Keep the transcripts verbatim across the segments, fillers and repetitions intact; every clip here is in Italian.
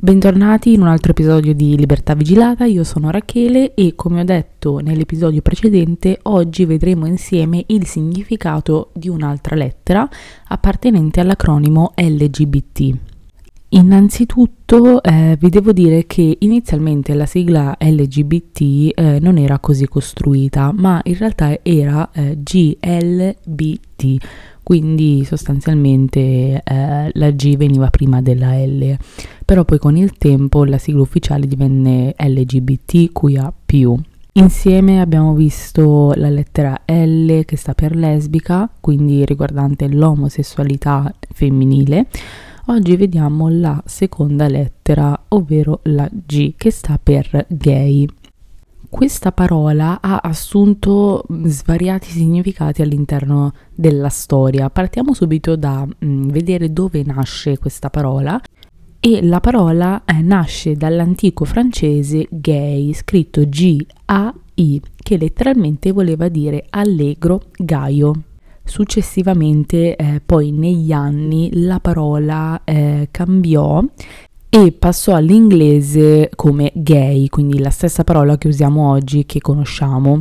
Bentornati in un altro episodio di Libertà Vigilata, io sono Rachele e come ho detto nell'episodio precedente, oggi vedremo insieme il significato di un'altra lettera appartenente all'acronimo L G B T. Innanzitutto eh, vi devo dire che inizialmente la sigla L G B T eh, non era così costruita, ma in realtà era eh, G L B T, quindi sostanzialmente eh, la G veniva prima della L, però poi con il tempo la sigla ufficiale divenne L G B T Q I A più. Insieme abbiamo visto la lettera L che sta per lesbica, quindi riguardante l'omosessualità femminile. Oggi vediamo la seconda lettera, ovvero la G, che sta per gay. Questa parola ha assunto svariati significati all'interno della storia. Partiamo subito da mh, vedere dove nasce questa parola. E la parola eh, nasce dall'antico francese gay, scritto G A I, che letteralmente voleva dire allegro, gaio. Successivamente, eh, poi negli anni, la parola eh, cambiò e passò all'inglese come gay, quindi la stessa parola che usiamo oggi, che conosciamo.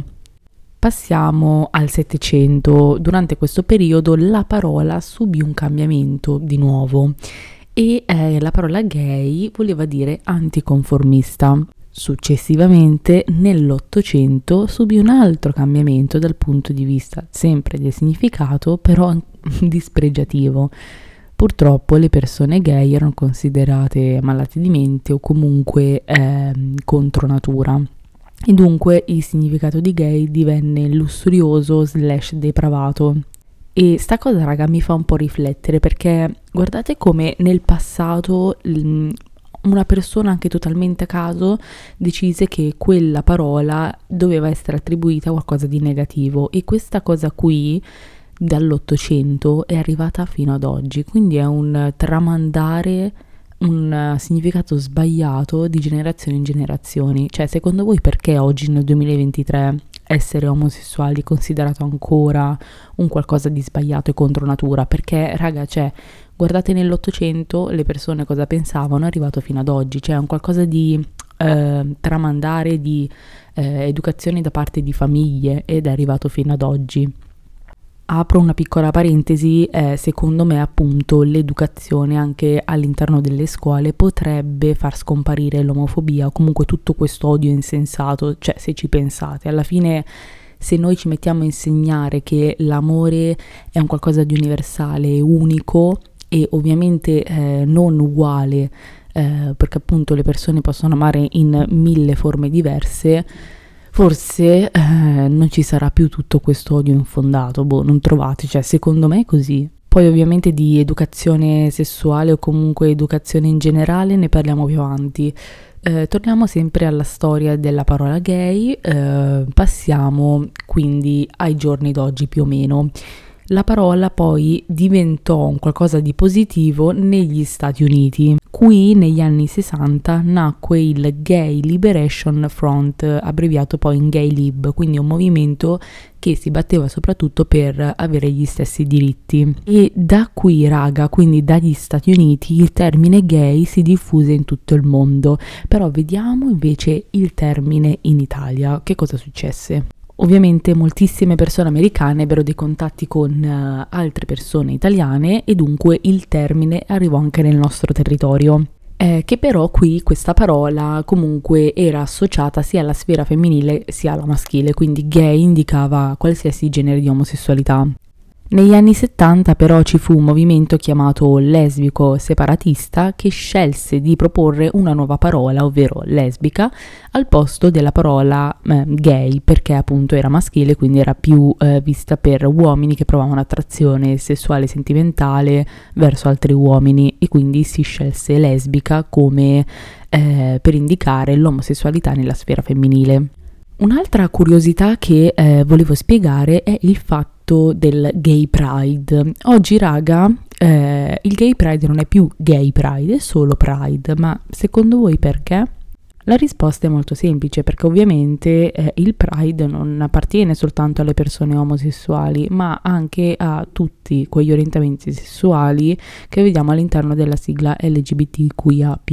Passiamo al Settecento. Durante questo periodo la parola subì un cambiamento di nuovo e eh, la parola gay voleva dire anticonformista. Successivamente, nell'Ottocento, subì un altro cambiamento dal punto di vista sempre del significato, però dispregiativo. Purtroppo le persone gay erano considerate malate di mente o comunque eh, contro natura. E dunque il significato di gay divenne lussurioso slash depravato. E sta cosa, raga, mi fa un po' riflettere, perché guardate come nel passato l- una persona anche totalmente a caso decise che quella parola doveva essere attribuita a qualcosa di negativo, e questa cosa qui dall'Ottocento è arrivata fino ad oggi, quindi è un tramandare un significato sbagliato di generazione in generazioni. Cioè, secondo voi perché oggi nel duemilaventitré essere omosessuali è considerato ancora un qualcosa di sbagliato e contro natura? Perché, raga, cioè, guardate nell'Ottocento le persone cosa pensavano, è arrivato fino ad oggi, cioè è un qualcosa di eh, tramandare, di eh, educazione da parte di famiglie, ed è arrivato fino ad oggi. Apro una piccola parentesi, eh, secondo me appunto l'educazione anche all'interno delle scuole potrebbe far scomparire l'omofobia o comunque tutto questo odio insensato. Cioè, se ci pensate, alla fine se noi ci mettiamo a insegnare che l'amore è un qualcosa di universale e unico e ovviamente eh, non uguale, eh, perché appunto le persone possono amare in mille forme diverse, forse eh, non ci sarà più tutto questo odio infondato. Boh, non trovate? Cioè, secondo me è così. Poi ovviamente di educazione sessuale o comunque educazione in generale ne parliamo più avanti. Eh, torniamo sempre alla storia della parola gay, eh, passiamo quindi ai giorni d'oggi più o meno. La parola poi diventò un qualcosa di positivo negli Stati Uniti. Qui negli anni sessanta nacque il Gay Liberation Front, abbreviato poi in Gay Lib, quindi un movimento che si batteva soprattutto per avere gli stessi diritti. E da qui, raga, quindi dagli Stati Uniti, il termine gay si diffuse in tutto il mondo. Però vediamo invece il termine in Italia. Che cosa successe? Ovviamente moltissime persone americane ebbero dei contatti con uh, altre persone italiane e dunque il termine arrivò anche nel nostro territorio. Eh, che però qui questa parola comunque era associata sia alla sfera femminile sia alla maschile, quindi gay indicava qualsiasi genere di omosessualità. Negli anni settanta però ci fu un movimento chiamato lesbico separatista che scelse di proporre una nuova parola, ovvero lesbica, al posto della parola eh, gay, perché appunto era maschile, quindi era più eh, vista per uomini che provavano attrazione sessuale e sentimentale verso altri uomini, e quindi si scelse lesbica come eh, per indicare l'omosessualità nella sfera femminile. Un'altra curiosità che eh, volevo spiegare è il fatto del Gay Pride. Oggi, raga, eh, il Gay Pride non è più Gay Pride, è solo Pride, ma secondo voi perché? La risposta è molto semplice, perché ovviamente eh, il Pride non appartiene soltanto alle persone omosessuali, ma anche a tutti quegli orientamenti sessuali che vediamo all'interno della sigla L G B T Q I A più.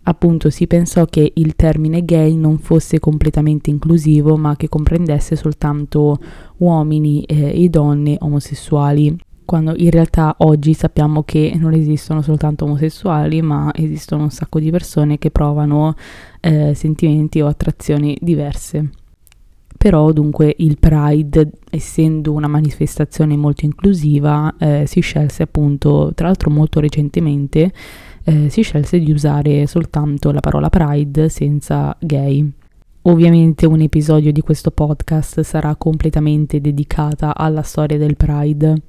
Appunto si pensò che il termine gay non fosse completamente inclusivo, ma che comprendesse soltanto uomini eh, e donne omosessuali, quando in realtà oggi sappiamo che non esistono soltanto omosessuali, ma esistono un sacco di persone che provano eh, sentimenti o attrazioni diverse. Però dunque il Pride, essendo una manifestazione molto inclusiva, eh, si scelse appunto, tra l'altro molto recentemente, eh, si scelse di usare soltanto la parola Pride senza gay. Ovviamente un episodio di questo podcast sarà completamente dedicata alla storia del Pride.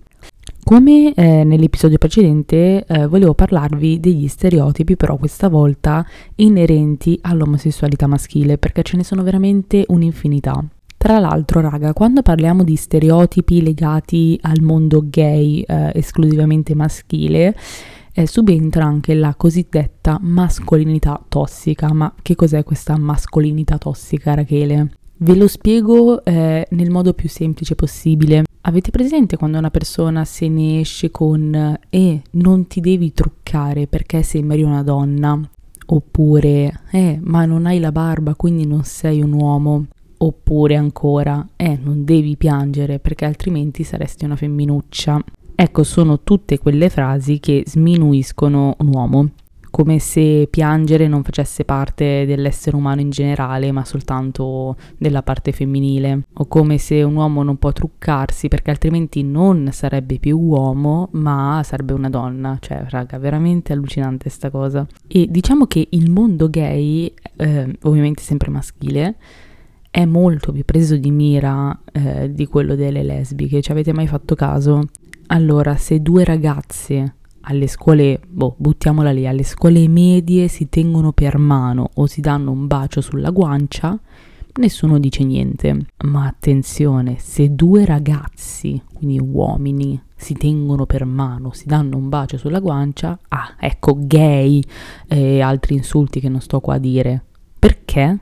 Come eh, nell'episodio precedente eh, volevo parlarvi degli stereotipi, però questa volta inerenti all'omosessualità maschile, perché ce ne sono veramente un'infinità. Tra l'altro, raga, quando parliamo di stereotipi legati al mondo gay eh, esclusivamente maschile, eh, subentra anche la cosiddetta mascolinità tossica. Ma che cos'è questa mascolinità tossica, Rachele? Ve lo spiego eh, nel modo più semplice possibile. Avete presente quando una persona se ne esce con «eh, non ti devi truccare perché sembri una donna», oppure «eh, ma non hai la barba quindi non sei un uomo», oppure ancora «eh, non devi piangere perché altrimenti saresti una femminuccia». Ecco, sono tutte quelle frasi che sminuiscono un uomo, come se piangere non facesse parte dell'essere umano in generale, ma soltanto della parte femminile, o come se un uomo non può truccarsi perché altrimenti non sarebbe più uomo, ma sarebbe una donna. Cioè, raga, veramente allucinante sta cosa. E diciamo che il mondo gay, eh, ovviamente sempre maschile, è molto più preso di mira eh, di quello delle lesbiche. Ci avete mai fatto caso? Allora, se due ragazze alle scuole, boh, buttiamola lì, alle scuole medie si tengono per mano o si danno un bacio sulla guancia, nessuno dice niente. Ma attenzione, se due ragazzi, quindi uomini, si tengono per mano, si danno un bacio sulla guancia, ah, ecco, gay e altri insulti che non sto qua a dire. Perché?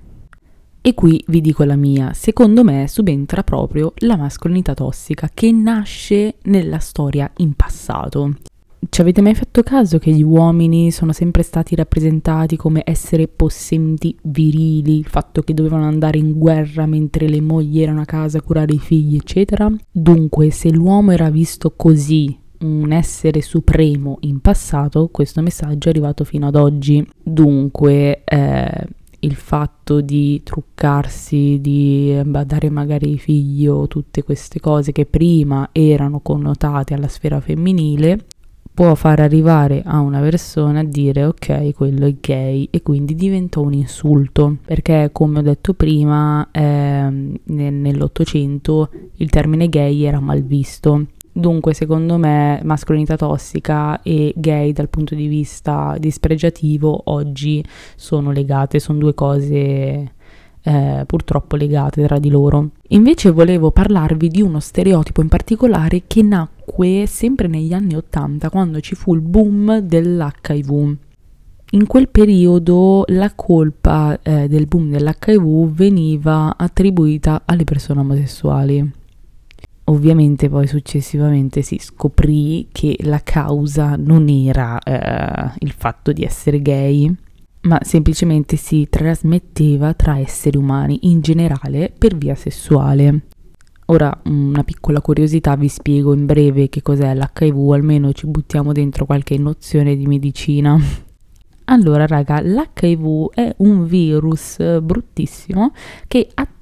E qui vi dico la mia, secondo me subentra proprio la mascolinità tossica che nasce nella storia in passato. Ci avete mai fatto caso che gli uomini sono sempre stati rappresentati come essere possenti, virili, il fatto che dovevano andare in guerra mentre le mogli erano a casa a curare i figli, eccetera? Dunque, se l'uomo era visto così, un essere supremo in passato, questo messaggio è arrivato fino ad oggi. Dunque, eh, il fatto di truccarsi, di badare magari ai figli o tutte queste cose che prima erano connotate alla sfera femminile, può far arrivare a una persona a dire ok, quello è gay, e quindi diventa un insulto, perché come ho detto prima eh, nell'Ottocento il termine gay era mal visto. Dunque secondo me mascolinità tossica e gay dal punto di vista dispregiativo oggi sono legate, sono due cose eh, purtroppo legate tra di loro. Invece volevo parlarvi di uno stereotipo in particolare che nacque sempre negli anni ottanta, quando ci fu il boom dell'H I V. In quel periodo la colpa eh, del boom dell'H I V veniva attribuita alle persone omosessuali. Ovviamente poi successivamente si scoprì che la causa non era eh, il fatto di essere gay, ma semplicemente si trasmetteva tra esseri umani in generale per via sessuale. Ora, una piccola curiosità, vi spiego in breve che cos'è l'H I V, almeno ci buttiamo dentro qualche nozione di medicina. Allora, raga, l'H I V è un virus bruttissimo che attacca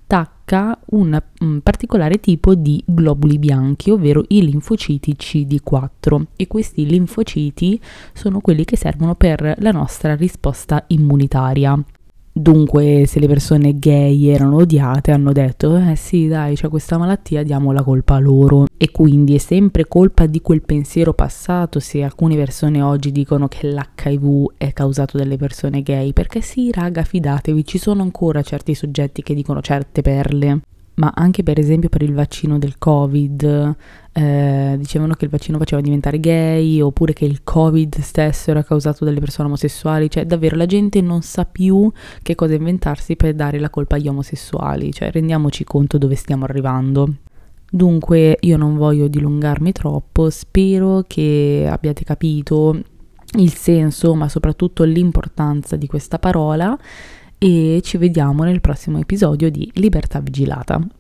un, un particolare tipo di globuli bianchi, ovvero i linfociti C D quattro, e questi linfociti sono quelli che servono per la nostra risposta immunitaria. Dunque, se le persone gay erano odiate, hanno detto eh sì dai, c'è questa malattia, diamo la colpa a loro. E quindi è sempre colpa di quel pensiero passato se alcune persone oggi dicono che l'H I V è causato dalle persone gay, perché sì raga, fidatevi, ci sono ancora certi soggetti che dicono certe perle. Ma anche per esempio per il vaccino del Covid, eh, dicevano che il vaccino faceva diventare gay, oppure che il Covid stesso era causato dalle persone omosessuali. Cioè davvero la gente non sa più che cosa inventarsi per dare la colpa agli omosessuali, cioè rendiamoci conto dove stiamo arrivando. Dunque io non voglio dilungarmi troppo, spero che abbiate capito il senso, ma soprattutto l'importanza di questa parola, e ci vediamo nel prossimo episodio di Libertà Vigilata.